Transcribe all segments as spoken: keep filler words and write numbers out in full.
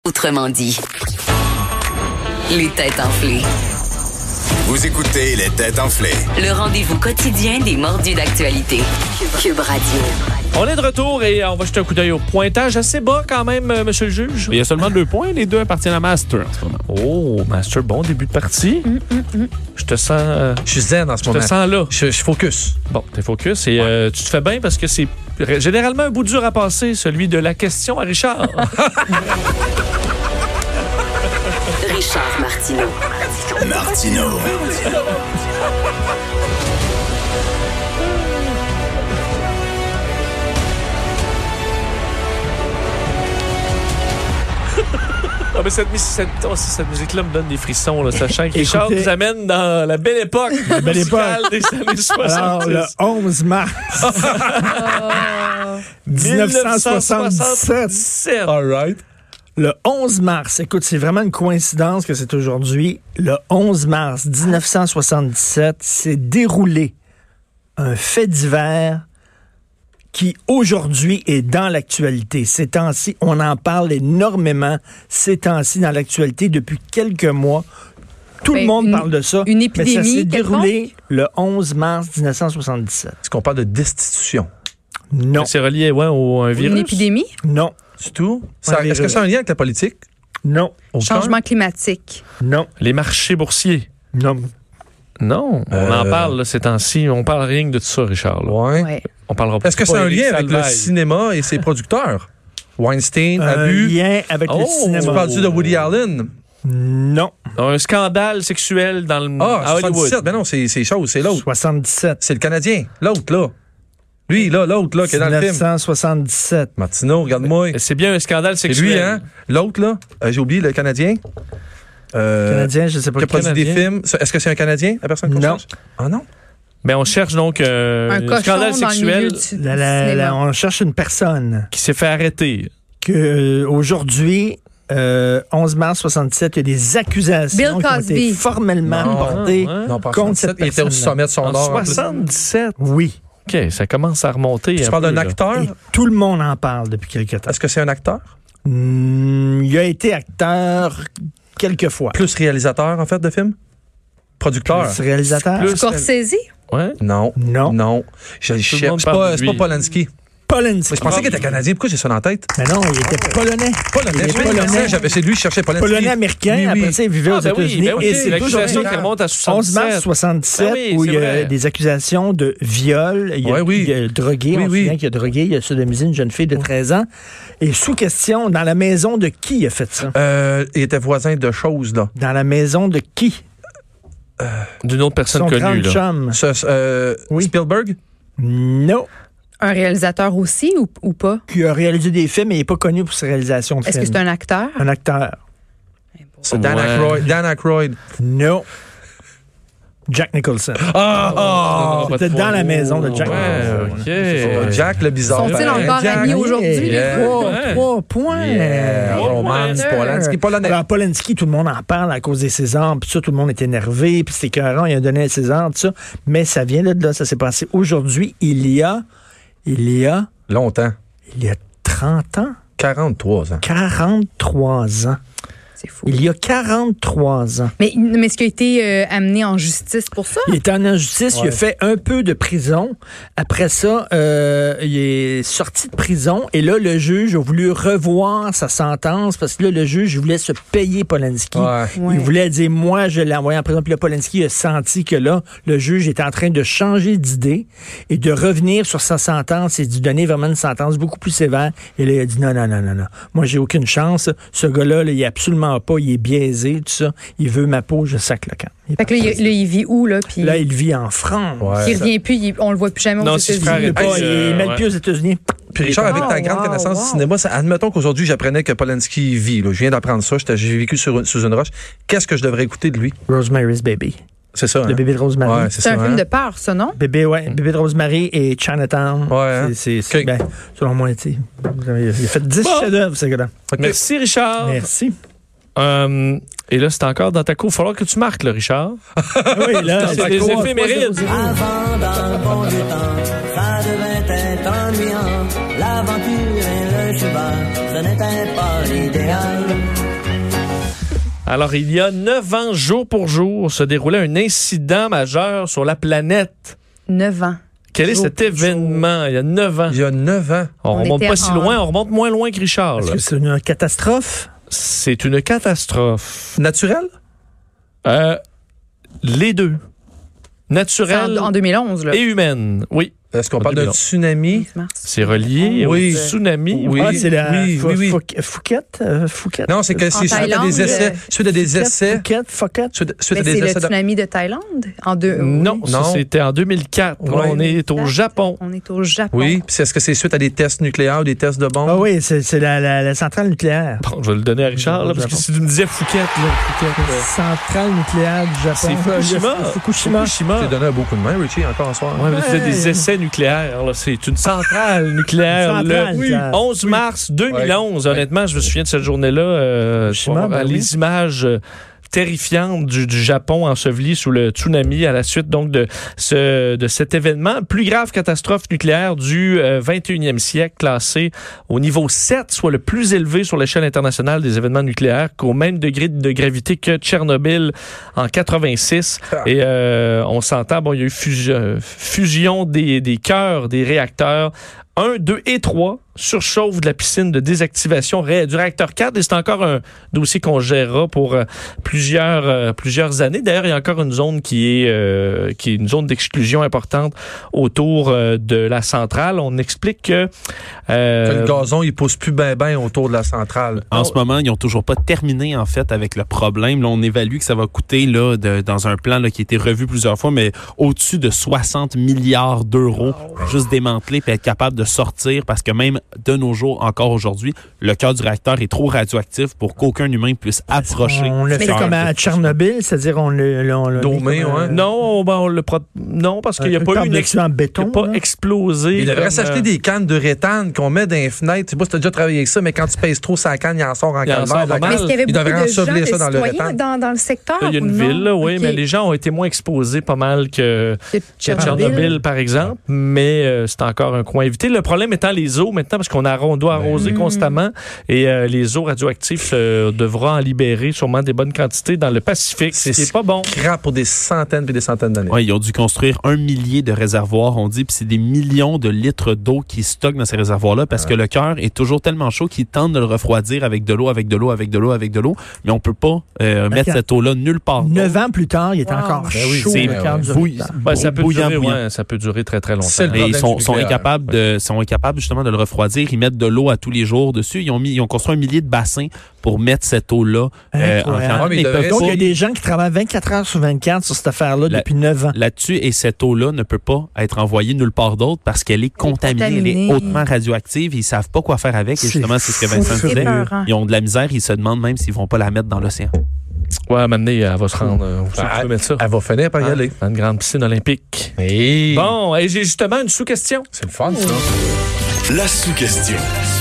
Autrement dit. Les têtes enflées. Vous écoutez les têtes enflées. Le rendez-vous quotidien des mordus d'actualité. Cube Radio. On est de retour et on va jeter un coup d'œil au pointage assez bas quand même, euh, monsieur le juge. Il y a seulement deux points, les deux appartiennent à Master en ce moment. Oh, Master, bon début de partie. Mm, mm, mm. Je te sens... Euh, je suis zen en ce je moment. Je te sens là. Je suis focus. Bon, t'es focus et ouais. euh, tu te fais bien parce que c'est généralement un bout dur à passer, celui de la question à Richard. Richard Martineau. Martineau. Ah, mais cette, cette, oh, cette musique-là me donne des frissons, là, sachant que Richard Écoutez, nous amène dans la belle époque la belle époque des années soixante-dix. Alors, le onze mars dix-neuf cent soixante-dix-sept. All right. Le onze mars, écoute, c'est vraiment une coïncidence que c'est aujourd'hui. Le onze mars dix-neuf cent soixante-dix-sept s'est déroulé un fait divers qui, aujourd'hui, est dans l'actualité. Ces temps-ci, on en parle énormément. Ces temps-ci, dans l'actualité, depuis quelques mois, tout ben, le monde une, parle de ça. Une épidémie, mais ça s'est déroulé le onze mars dix-neuf cent soixante-dix-sept. Est-ce qu'on parle de destitution? Non. C'est relié ouais, au un virus? Une épidémie? Non. C'est tout? Ça, est-ce que c'est un lien avec la politique? Non. Aucun? Changement climatique? Non. Les marchés boursiers? Non. Non, on euh... en parle là, ces temps-ci. On parle rien que de ça, Richard. Là. Ouais. ouais. On parlera Est-ce que c'est un lien avec le cinéma et ses producteurs? Weinstein, un abus? Un lien avec oh, le cinéma. Tu parles-tu de Woody Allen? Non. Un scandale sexuel dans le ah, à Hollywood. soixante-dix-sept, mais non, c'est, c'est chose, c'est l'autre. soixante-dix-sept. C'est le Canadien, l'autre, là. Lui, là, l'autre, là, qui est dans le film. dix-neuf cent soixante-dix-sept. Martineau, regarde-moi. C'est bien un scandale sexuel. C'est lui, hein? L'autre, là, euh, j'ai oublié, le Canadien. Euh, Canadien, je sais pas. Qui a produit des films. Est-ce que c'est un Canadien, la personne qu'on non. cherche? Ah non? Mais on cherche donc euh, un, un scandale sexuel. Du, la, la, la, on cherche une personne qui s'est fait arrêter. Que euh, aujourd'hui, euh, onze mars soixante-dix-sept, il y a des accusations Bill qui ont été formellement non, portées hein? non, contre cette personne. Il était au sommet de son art. soixante-dix-sept? Oui. OK, ça commence à remonter. Tu un parles peu, d'un là. acteur? Et tout le monde en parle depuis quelque temps. Est-ce que c'est un acteur? Mmh, il a été acteur quelques fois. Plus réalisateur, en fait, de films? Producteur? Plus réalisateur? Plus Scorsese? Ouais. Non. Non. Non. Je le cherche. C'est pas, c'est pas Polanski. Polanski. Mais je pensais qu'il était canadien. Pourquoi j'ai ça en tête? Mais non, il était polonais. Polonais. Il était polonais. J'avais, c'est lui, je cherchais Polanski. Polonais américain. Oui, oui. Après ça, il vivait ah, aux ben États-Unis. Oui, ben oui, et c'est l'accusation qui remonte à soixante-dix-sept. onze mars soixante-dix-sept, ben oui, où il y a vrai. des accusations de viol. Il y a, ouais, oui. il a drogué. Oui, on oui. se souvient qu'il a drogué. Il a sodomisé une jeune fille de treize ans. Et sous question, dans la maison de qui il a fait ça? Euh, il était voisin de choses, là. Dans la maison de qui? Euh, D'une autre personne Son connue, là. chum. Ce, euh, oui. Spielberg? Non. Un réalisateur aussi ou, ou pas? Qui a réalisé des films, mais il n'est pas connu pour ses réalisations de Est-ce films. Est-ce que c'est un acteur? Un acteur. C'est Dan ouais. Aykroyd. Dan Aykroyd. Non. Jack Nicholson. Ah! Oh, C'était dans la maison de Jack ouais, Nicholson. OK. Jack le bizarre. Sont-ils ben, encore Jack, amis aujourd'hui? Yeah. Les Trois, Ouais. trois points. Yeah. Romance, Polanski, polonais. Alors, Polanski, tout le monde en parle à cause des Césars, puis ça, tout le monde est énervé, puis c'est écœurant, il a donné un César, tout ça. Mais ça vient de là, ça s'est passé aujourd'hui. Il y a, il y a, Longtemps. il y a trente ans. quarante-trois ans. quarante-trois ans. C'est fou. Il y a quarante-trois ans. Mais, mais est-ce qu'il a été euh, amené en justice pour ça? Il était en injustice, Ouais. il a fait un peu de prison. Après ça, euh, il est sorti de prison et là, le juge a voulu revoir sa sentence parce que là, le juge voulait se payer Polanski. Ouais. Ouais. Il voulait dire, moi, je l'ai envoyé en prison. Puis là, Polanski a senti que là, le juge était en train de changer d'idée et de revenir sur sa sentence et de lui donner vraiment une sentence beaucoup plus sévère. Et là, il a dit, non, non, non, non, non. Moi, j'ai aucune chance. Ce gars-là, là, il est absolument pas, il est biaisé, tout ça. Il veut ma peau, je sac le camp. Fait que là, il, là, il vit où, là? Puis Là, il vit en France. Ouais. il revient plus, il- on le voit plus jamais aux Non, si États-Unis. frère Il est pas- Hey, il euh, est même ouais. plus aux États-Unis. Puis Richard, avec ta Oh, grande wow, connaissance wow. du cinéma, ça, admettons qu'aujourd'hui, j'apprenais que Polanski vit. Là. Je viens d'apprendre ça. J'étais- J'ai vécu sur, une- sous une roche. Qu'est-ce que je devrais écouter de lui? Rosemary's Baby. C'est ça, Le hein? bébé de Rosemary. Ouais, C'est c'est un ça, film hein? de peur, ça, non? Bébé, ouais. Bébé de Rosemary et Chinatown. Ouais, hein? C'est, c'est, c'est- Ok. ben, selon moi, tu sais, il a fait dix Bon. chefs-d'œuvre, ce gars-là. Ok. Merci, Richard. Merci. Euh, et là, c'est encore dans ta cour. Il va falloir que tu marques, là, Richard. Oui, là, C'est des éphémérides. Avant, dans le bon vieux temps, ça devait être ennuyant. L'aventure et le cheval, ce n'était pas l'idéal. Alors, il y a neuf ans, jour pour jour, se déroulait un incident majeur sur la planète. neuf ans. Quel est Jour cet pour événement? Il y a neuf ans. Il y a neuf ans. On, On remonte était pas si en- loin, on remonte moins loin que Richard. Est-ce là. que c'est une catastrophe? C'est une catastrophe. Naturel? Euh, les deux. C'est Naturelle en, en deux mille onze, là. et humaine. Oui. Est-ce qu'on En parle d'un deux mille onze. tsunami? mars. C'est relié Oui. au tsunami. Oui. Ah, c'est la oui, Fou- oui, oui. Fou- Fouquette? euh, Fouquette? Non, c'est que c'est suite à Thaïlande, des essais. euh, Suite à des Fouquette, essais. Fouquette, Fouquette. Suite, suite Mais à des c'est le essais. de- tsunami de Thaïlande? En deux... Non, oui. ça, Non. c'était en deux mille quatre. Là, Ouais. on est au Japon. On est au Japon. Oui. Puis est-ce que c'est suite à des tests nucléaires ou des tests de bombes? Ah oui, c'est c'est la, la, la centrale nucléaire. Bon, je vais le donner à Richard, là, parce que si tu me disais Phuket, là, Phuket, euh, Centrale nucléaire du Japon. c'est Fukushima. Euh, Fukushima. Fukushima. J'ai donné un beau coup de main, Richie, encore un soir. Ouais, mais tu fais des Ouais. essais nucléaires. là. C'est une centrale nucléaire. Une centrale le nucléaire. onze mars deux mille onze. Ouais. Honnêtement, je me souviens de cette journée-là. Euh, Fukushima, voir, ben les oui. images euh, terrifiantes du, du Japon enseveli sous le tsunami à la suite donc de ce de cet événement. Plus grave catastrophe nucléaire du euh, vingt et unième siècle, classé au niveau sept, soit le plus élevé sur l'échelle internationale des événements nucléaires, qu'au même degré de gravité que Tchernobyl en quatre-vingt-six. Ah. Et euh, on s'entend, bon, il y a eu fusion, fusion des, des cœurs des réacteurs un, deux et trois, surchauffe de la piscine de désactivation ré- du réacteur quatre. Et c'est encore un dossier qu'on gérera pour euh, plusieurs, euh, plusieurs années. D'ailleurs, il y a encore une zone qui est, euh, qui est une zone d'exclusion importante autour euh, de la centrale. On explique que... euh, Que le gazon, il pousse plus ben ben autour de la centrale. En ce moment, ils n'ont toujours pas terminé, en fait, avec le problème. Là, on évalue que ça va coûter, là, de, dans un plan là, qui a été revu plusieurs fois, mais au-dessus de soixante milliards d'euros, juste démanteler puis être capable de sortir, parce que même de nos jours, encore aujourd'hui, le cœur du réacteur est trop radioactif pour qu'aucun humain puisse approcher. On l'a Mais fait c'est- comme à Tchernobyl, c'est-à-dire on l'a on l'a Domé, mis comme un- ouais. non, ben, on le pro- non, parce qu'il n'y a un pas eu truc une ex- par-dessus en il béton. a pas là. explosé. Il devrait comme, s'acheter euh, des cannes de rétane qu'on met dans les fenêtres. Je sais pas si t'as déjà travaillé avec ça, mais quand tu pèses trop sa canne, il en sort en Il en sort calvaire. pas La mal. Mais est-ce qu'il y avait Il beaucoup devrait de gens, ensevelir de ça dans le citoyens rétane. dans, dans le secteur? Il y a une ou non? ville, là, oui, Ok. mais les gens ont été moins exposés pas mal que De que Tchernobyl, par exemple, mais euh, c'est encore un coin évité. Le problème étant les eaux maintenant, parce qu'on a, on doit arroser constamment et euh, les eaux radioactives euh, devront en libérer sûrement des bonnes quantités dans le Pacifique, ce C'est qui est pas bon. Crap pour des centaines et des centaines d'années. Ouais, ils ont dû construire un millier de réservoirs, on dit, puis c'est des millions de litres d'eau qui stockent dans ces réservoirs-là parce que le cœur est toujours tellement chaud qu'il tente de le refroidir avec de l'eau, avec de l'eau, avec de l'eau, avec de l'eau, mais on peut pas euh, mettre quand- cette eau-là nulle part. Neuf ans plus tard, il est Wow. encore Ben oui, chaud. c'est le cœur du bouilli- réacteur. Ben, ça, peut bouillant, durer, bouillant. ouais, ça peut durer très, très longtemps. C'est le Mais ils problème sont, du sont nucléaire. incapables de, sont incapables justement de le refroidir. Ils mettent de l'eau à tous les jours dessus. Ils ont mis, ils ont construit un millier de bassins pour mettre cette eau-là euh, en Incroyable. quantité. Ouais, mais Mais il ils peuvent devrait- Donc, il y a pas- des gens qui travaillent vingt-quatre heures sur vingt-quatre sur cette affaire-là La- depuis neuf ans. là-dessus, et cette eau-là ne peut pas être envoyée nulle part d'autre parce qu'elle est contaminée, elle est contaminée. hautement radioactive. Ils savent pas quoi faire avec. Et C'est justement, c'est ce que fou, Vincent c'est disait. épeurant. Ils ont de la misère. Ils se demandent même s'ils vont pas la mettre dans l'océan. Ouais, à un moment donné, elle va se rendre. euh, où c'est que tu Elle, peux mettre ça? elle va finir par y Hein? aller. Dans une grande piscine olympique. Hey. Bon, et j'ai justement une sous-question. C'est le fun, ça. La sous-question.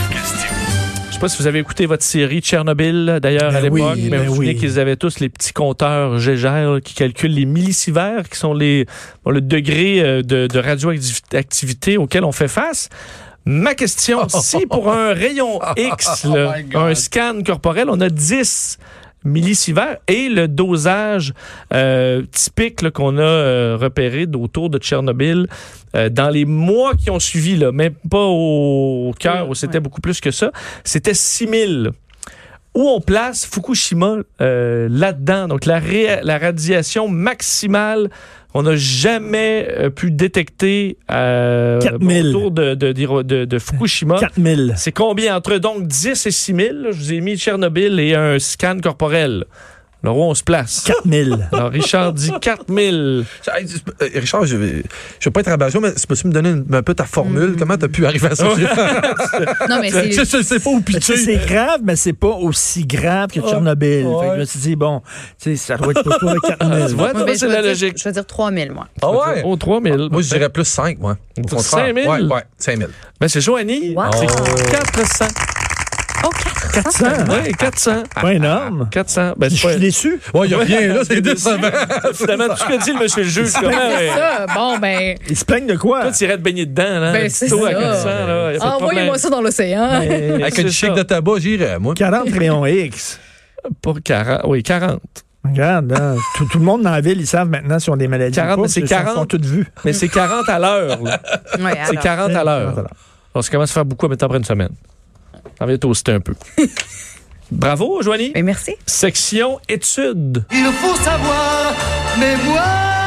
Je sais pas si vous avez écouté votre série Tchernobyl, d'ailleurs, Ben à l'époque, oui, mais ben vous vous souvenez oui. qu'ils avaient tous les petits compteurs Gégère là, qui calculent les millisieverts, qui sont les, bon, le degré euh, de, de radioactivité auquel on fait face. Ma question, si pour un rayon X, Oh là, my God. un scan corporel, on a dix millisieverts et le dosage euh, typique là, qu'on a euh, repéré autour de Tchernobyl euh, dans les mois qui ont suivi, là, même pas au, au cœur, où c'était Ouais. beaucoup plus que ça, c'était six mille. Où on place Fukushima euh, là-dedans? Donc, la, ré- la radiation maximale qu'on n'a jamais euh, pu détecter euh, quatre mille. autour de, de, de, de, de Fukushima. quatre mille. C'est combien? Entre donc dix et six mille. Là, je vous ai mis Tchernobyl et un scan corporel. Alors, où on se place? quatre mille. Alors, Richard dit quatre mille. Hey, euh, Richard, je vais, je vais pas être rabat-joie, mais peux-tu me donner une- un peu ta formule? Comment t'as pu arriver à ça? Non, mais je, c'est... je sais pas où Mais tu sais, pitcher. c'est grave, mais c'est pas aussi grave que Tchernobyl. Ouais. Fait que je me suis dit, bon, tu sais, ça doit être pas avec quatre mille. Tu vois, Ouais, toi, ben, c'est je la vais dire- logique. Je vais dire trois mille, moi. Ah ouais? Oh, trois mille. Moi, je dirais plus cinq, moi. Au contraire. cinq mille? Ouais, ouais, cinq mille. Ben, c'est Joanie. Wow. C'est quatre cents. Oh, quatre cents. quatre cents. Oui, quatre cents. Pas énorme. quatre cents. Ben, Je c'est pas... suis déçu. Ouais, il y a rien, là, c'est décevant. Finalement, tout ce que dit le monsieur le juge, comme, C'est hey, ça. Bon, ben... Ils se plaignent de quoi? toi, tu irais te baigner dedans, là. Ben, Un c'est petit taux à ça. quatre cents, là. Y a pas de Envoyez-moi problème. ça dans l'océan. Mais Avec c'est une chic ça. de tabac, j'irais, moi. quarante rayons X. Pour quarante. Oui, quarante. Regarde, là, tout, tout le monde dans la ville, ils savent maintenant si on a des maladies. quarante, ou pas, mais c'est parce qu'ils quarante. sont toutes vues. Mais c'est quarante à l'heure. là. Ouais, C'est alors. quarante à l'heure. Voilà. Alors, ça commence à faire beaucoup à mettre après une semaine. Ça vient toaster un peu. Bravo, Joanie. Mais merci. Section études. Il faut savoir, mais moi,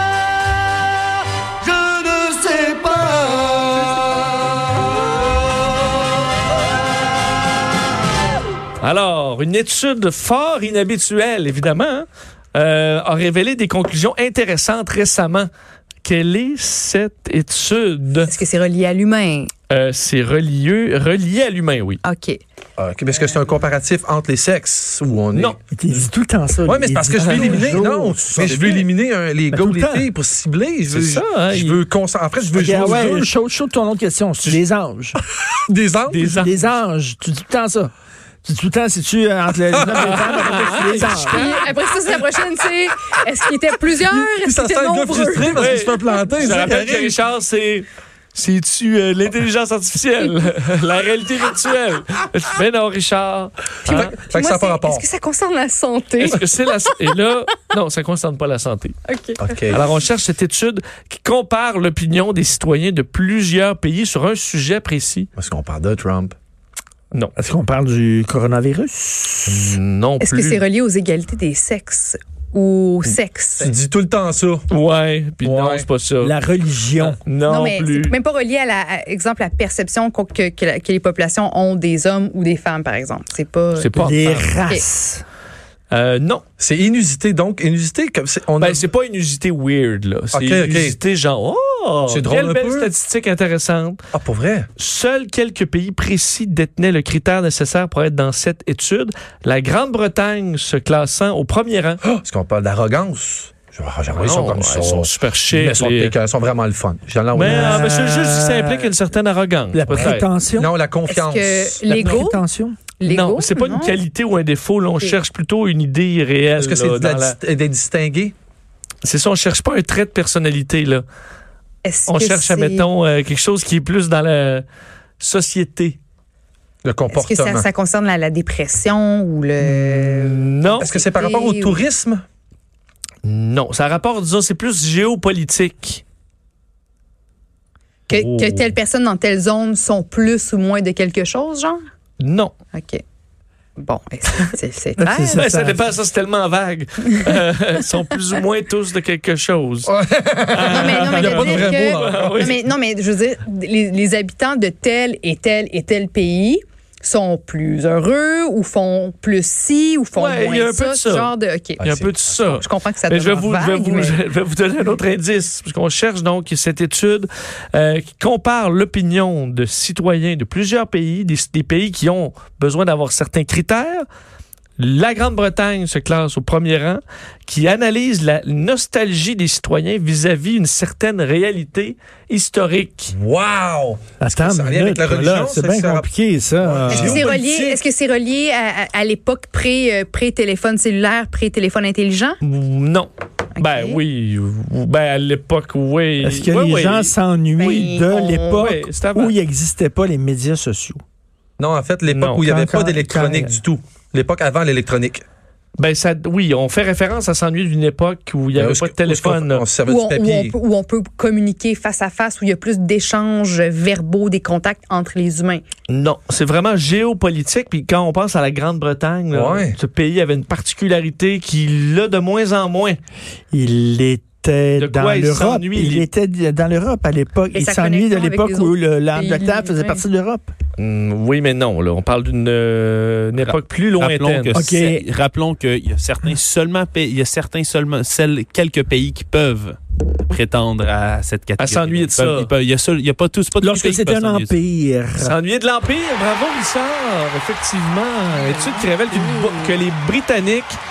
je ne sais pas. Alors, une étude fort inhabituelle, évidemment, hein, euh, a révélé des conclusions intéressantes récemment. Quelle est cette étude? Est-ce que c'est relié à l'humain? Euh, c'est relié, relié à l'humain, oui. OK. Ah, OK, parce que c'est un comparatif entre les sexes où on est. Non. Il dit tout le temps ça. Oui, mais Il c'est parce dit que je veux tous les éliminer. jours. Non, mais je veux éliminer un- les Mais gars tout ou le les temps. filles pour cibler. Je veux, C'est ça, hein, je il- veux concentrer. En fait, je veux Ok, jouer ah aux ouais, deux. chaud, chaud de ton autre question. C'est des anges. Des anges. Des anges. Des anges. Tu dis tout le temps ça. Tu dis tout le temps, si tu entre les hommes et les femmes, c'est des anges. Puis après ça, c'est la prochaine, c'est est-ce qu'il était plusieurs? Puis Est-ce ça qu'il sent était le gars nombreux? frustré parce qu'il se fait planter. Je te ça, rappelle que Karine. Richard, c'est... C'est-tu euh, l'intelligence artificielle? La réalité virtuelle? Mais non, Richard. Puis moi- Hein? puis Fait que moi, ça a pas c'est- rapport. Est-ce que ça concerne la santé? Est-ce que c'est la... Et là, non, ça ne concerne pas la santé. OK. OK. Alors, on cherche cette étude qui compare l'opinion des citoyens de plusieurs pays sur un sujet précis. Est-ce qu'on parle de Trump? Non. Est-ce qu'on parle du coronavirus? Non Est-ce plus. que c'est relié aux égalités des sexes ou au sexe? Tu dis tout le temps ça. Ouais, puis non, Ouais. c'est pas ça. La religion. Non, Non, mais plus. c'est même pas relié à la, à, exemple, la perception qu'on- que, que, la- que les populations ont des hommes ou des femmes, par exemple. C'est pas. C'est pas... Les races. Euh, non. C'est inusité, donc. Inusité, comme c'est. On a... Ben, c'est pas une usité weird, là. C'est Ok, une ok. usité genre, oh! C'est drôle Quelle un belle peu. statistique intéressante. Ah, pour vrai? Seuls quelques pays précis détenaient le critère nécessaire pour être dans cette étude. La Grande-Bretagne se classant au premier rang. Ah, est-ce qu'on parle d'arrogance? Ah, J'aimerais ils sont Non, comme elles ça. sont super chic. Mais ils sont, les- elles sont vraiment le fun. J'en ai Mais, envoyé- ah, mais c'est juste que ça implique une certaine arrogance. La peut-être. prétention. Non, la Est-ce confiance. que La l'ego? prétention. L'ego? Non, c'est pas Non. une qualité ou un défaut. Là, on cherche plutôt une idée réelle. Est-ce que c'est là, de la dans la- dis- d'être distingué? C'est ça, on cherche pas un trait de personnalité. Là. Est-ce On que cherche, c'est- admettons, euh, quelque chose qui est plus dans la société. Le Est-ce que comportement. ça, ça concerne la, la dépression ou le. Non. Est-ce que c'est par rapport au Oui. tourisme? Non, ça rapporte, disons, c'est plus géopolitique. Que, Oh. que telles personnes dans telle zone sont plus ou moins de quelque chose, genre? Non. OK. Bon, ben, c'est- c'est c'est Là, clair. c'est Ben, ça ça. dépend, ça c'est tellement vague. Euh, ils sont plus ou moins tous de quelque chose. Non, mais, non, mais Il y a de pas de dire vrai que- mot, là. Ah oui. non, mais, non, mais je veux dire, les, les habitants de tel et tel et tel pays sont plus heureux ou font plus ci ou font Ouais, moins il y a un peu ça, de ce ça. genre de... OK. Il y a un peu de ça. Je comprends que ça Mais je vais, demeure vous, je, vais vague, vous, mais- je vais vous donner un autre indice, parce qu'on cherche donc cette étude euh, qui compare l'opinion de citoyens de plusieurs pays, des, des pays qui ont besoin d'avoir certains critères. La Grande-Bretagne se classe au premier rang, qui analyse la nostalgie des citoyens vis-à-vis une certaine réalité historique. Wow! Attends, ça a une lien avec minute, la religion, là, c'est ça, bien ça- compliqué, ça. Est-ce que c'est Géopolitique. relié, est-ce que c'est relié à, à- à l'époque pré, euh, pré-téléphone cellulaire, pré-téléphone intelligent? Non. Ben oui. ou- Ben à l'époque, oui. Est-ce que Oui, les oui. gens s'ennuient Ben, de on- l'époque oui, c'est avant. où il n'existait pas les médias sociaux? Non, en fait, l'époque Non, où il n'y avait quand- pas d'électronique quand- du tout. L'époque avant l'électronique. Ben ça, oui, on fait référence à s'ennuyer d'une époque où il n'y avait Où est-ce pas de que- où est-ce qu'on- téléphone. On se servait Où du on, où, on papier. peut, où on peut communiquer face à face, où il y a plus d'échanges verbaux, des contacts entre les humains. Non, c'est vraiment géopolitique. Puis quand on pense à la Grande-Bretagne, là, Ouais. ce pays avait une particularité qui l'a de moins en moins. Il était De dans quoi il l'Europe. s'ennuie, Il il- était dans l'Europe à l'époque. Et Il sa s'ennuyait de connexion avec l'époque les où autres le- l'Angleterre pays, faisait ouais. partie de l'Europe. Hum, oui, mais non. Là, on parle d'une euh, une époque plus Rappelons lointaine. que OK. c'est- rappelons qu'il y a certains seulement pays, il y a certains seulement celles, quelques pays qui peuvent prétendre à cette catégorie. s'ennuyer de Ils peuvent- ça. ils peuvent- Il y a seul- il y a pas tous pas tous les Lorsque pays qui c'était peuvent un s'ennuyer de ça. empire. S'ennuyer de l'Empire, bravo Richard, effectivement. Étude qui révèle qu'une bo- que les Britanniques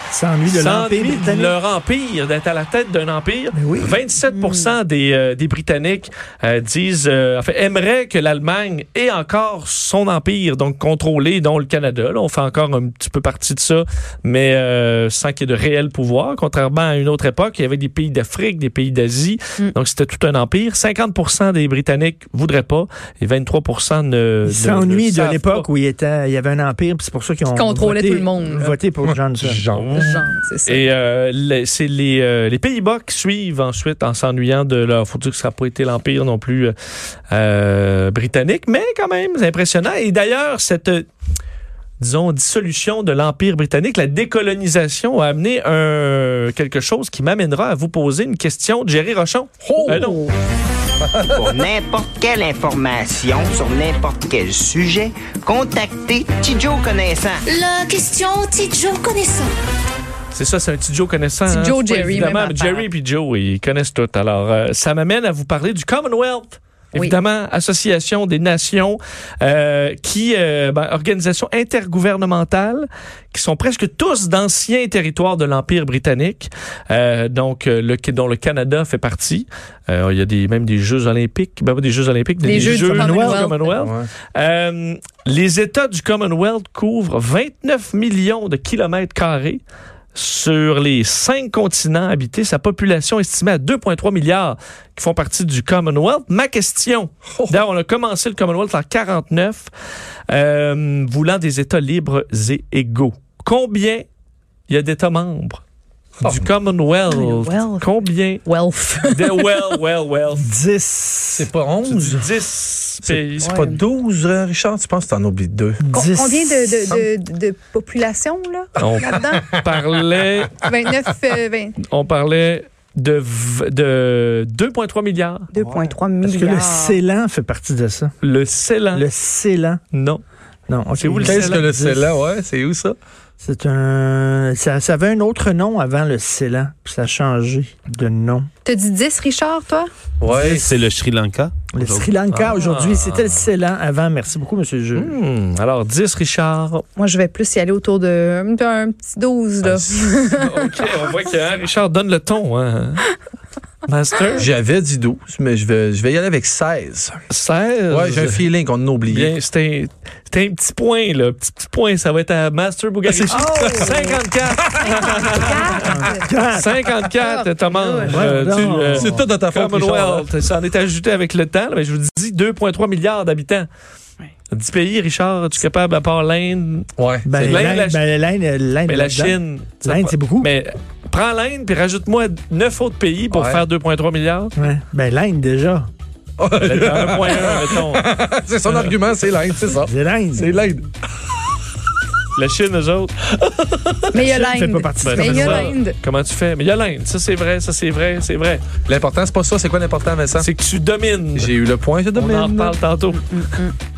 S'ennuie de l'Empire s'ennuient de britannique. leur empire, d'être à la tête d'un empire. Mais oui. vingt-sept pour cent des, euh, des Britanniques euh, disent, euh, enfin, aimeraient que l'Allemagne ait encore son empire, donc contrôlé, dont le Canada. Là, on fait encore un petit peu partie de ça, mais euh, sans qu'il y ait de réel pouvoir, contrairement à une autre époque, il y avait des pays d'Afrique, des pays d'Asie, Mm. donc c'était tout un empire. cinquante pour cent des Britanniques voudraient pas, et vingt-trois pour cent ne, Ils s'ennuient de savent l'époque pas. où il, était, il y avait un empire, puis c'est pour ça qu'ils ont contrôlait voté, tout le monde, là. voté pour Johnson. Genre. Genre, c'est ça. Et euh, les- c'est les, euh, les Pays-Bas qui suivent ensuite en s'ennuyant de leur... Faut dire que ça n'a pas été l'empire non plus euh, euh, britannique, mais quand même, c'est impressionnant. Et d'ailleurs, cette... euh, disons, dissolution de l'Empire britannique, la décolonisation a amené un, quelque chose qui m'amènera à vous poser une question de Jerry Rochon. Oh! Euh, non. Pour n'importe quelle information sur n'importe quel sujet, contactez Tidjo Connaissant. La question Tidjo connaissant. C'est ça, c'est un petit Joe connaissant. Petit hein. Joe, C'est pas Jerry, évidemment, même mais Jerry et Joe, ils connaissent tout. Alors, euh, ça m'amène à vous parler du Commonwealth. Oui. Évidemment, Association des Nations, euh, qui, euh, ben, organisation intergouvernementale, qui sont presque tous d'anciens territoires de l'Empire britannique, euh, donc euh, le, dont le Canada fait partie. Euh, il y a des, même des Jeux olympiques, ben pas des Jeux olympiques, Les des Jeux du Jeux Commonwealth. Commonwealth. Ouais. Euh, les États du Commonwealth couvrent vingt-neuf millions de kilomètres carrés sur les cinq continents habités. Sa population estimée à deux virgule trois milliards qui font partie du Commonwealth. Ma question, d'ailleurs, on a commencé le Commonwealth en quarante-neuf, euh, voulant des États libres et égaux. Combien il y a d'États membres du Commonwealth? Commonwealth. Combien? Wealth. De, well, well, well. dix. C'est pas Tu dis onze. dix C'est pays. c'est pas douze, euh, Richard? Tu penses que t'en oublies deux? Com- dix. Combien de, de, de, de population, là, On là-dedans? parlait, vingt-neuf, euh, vingt, on parlait de, v- de deux virgule trois milliards. deux virgule trois Est-ce que le milliards. Ceylan fait partie de ça? Le Ceylan. Le Ceylan? Non. Non. ok. C'est où le Qu'est-ce que le dix. Ceylan? Ouais, c'est où ça? C'est un... Ça, ça avait un autre nom avant le Ceylan, puis ça a changé de nom. T'as dit dix, Richard, toi? Ouais. C'est le Sri Lanka. Le Sri Lanka Ah. aujourd'hui, c'était le Ceylan avant. Merci beaucoup, monsieur le juge. Hmm, alors, dix, Richard. Moi, je vais plus y aller autour de un, un petit douze, là. OK, on voit que hein, Richard donne le ton. Hein. Master? J'avais dit douze, mais je vais, je vais y aller avec seize. seize. Ouais, j'ai un feeling qu'on en a oublié. Bien, c'était c'était un petit point, là. Petit, petit point. Ça va être à Master Bugarici. Oh! cinquante-quatre. Quatre. cinquante-quatre, Thomas. Ouais, Euh, non. tu, euh, C'est tout de ta faute, Richard. Commonwealth. Ça en est ajouté avec le temps, là, mais je vous dis deux virgule trois milliards d'habitants. dix pays, Richard, es-tu capable, à part l'Inde? Ouais. Ben, C'est l'Inde, l'Inde, la- ben, l'Inde, l'Inde, Mais la là-dedans. Chine. ça L'Inde, pas- c'est beaucoup. Mais prends l'Inde, puis rajoute-moi neuf autres pays pour Ouais. faire deux virgule trois milliards. Ouais. Ben, l'Inde, déjà. un virgule un, mettons. C'est son argument, c'est l'Inde, c'est ça. C'est l'Inde. C'est l'Inde. La Chine, eux autres. Mais il y a Ça fait l'Inde. pas partie Ben, Mais il y a ça. l'Inde. Comment tu fais? Mais il y a l'Inde. Ça, c'est vrai. Ça, c'est vrai. C'est vrai. L'important, c'est pas ça. C'est quoi l'important, Vincent? C'est que tu domines. J'ai eu le point, je On domine. en reparle tantôt.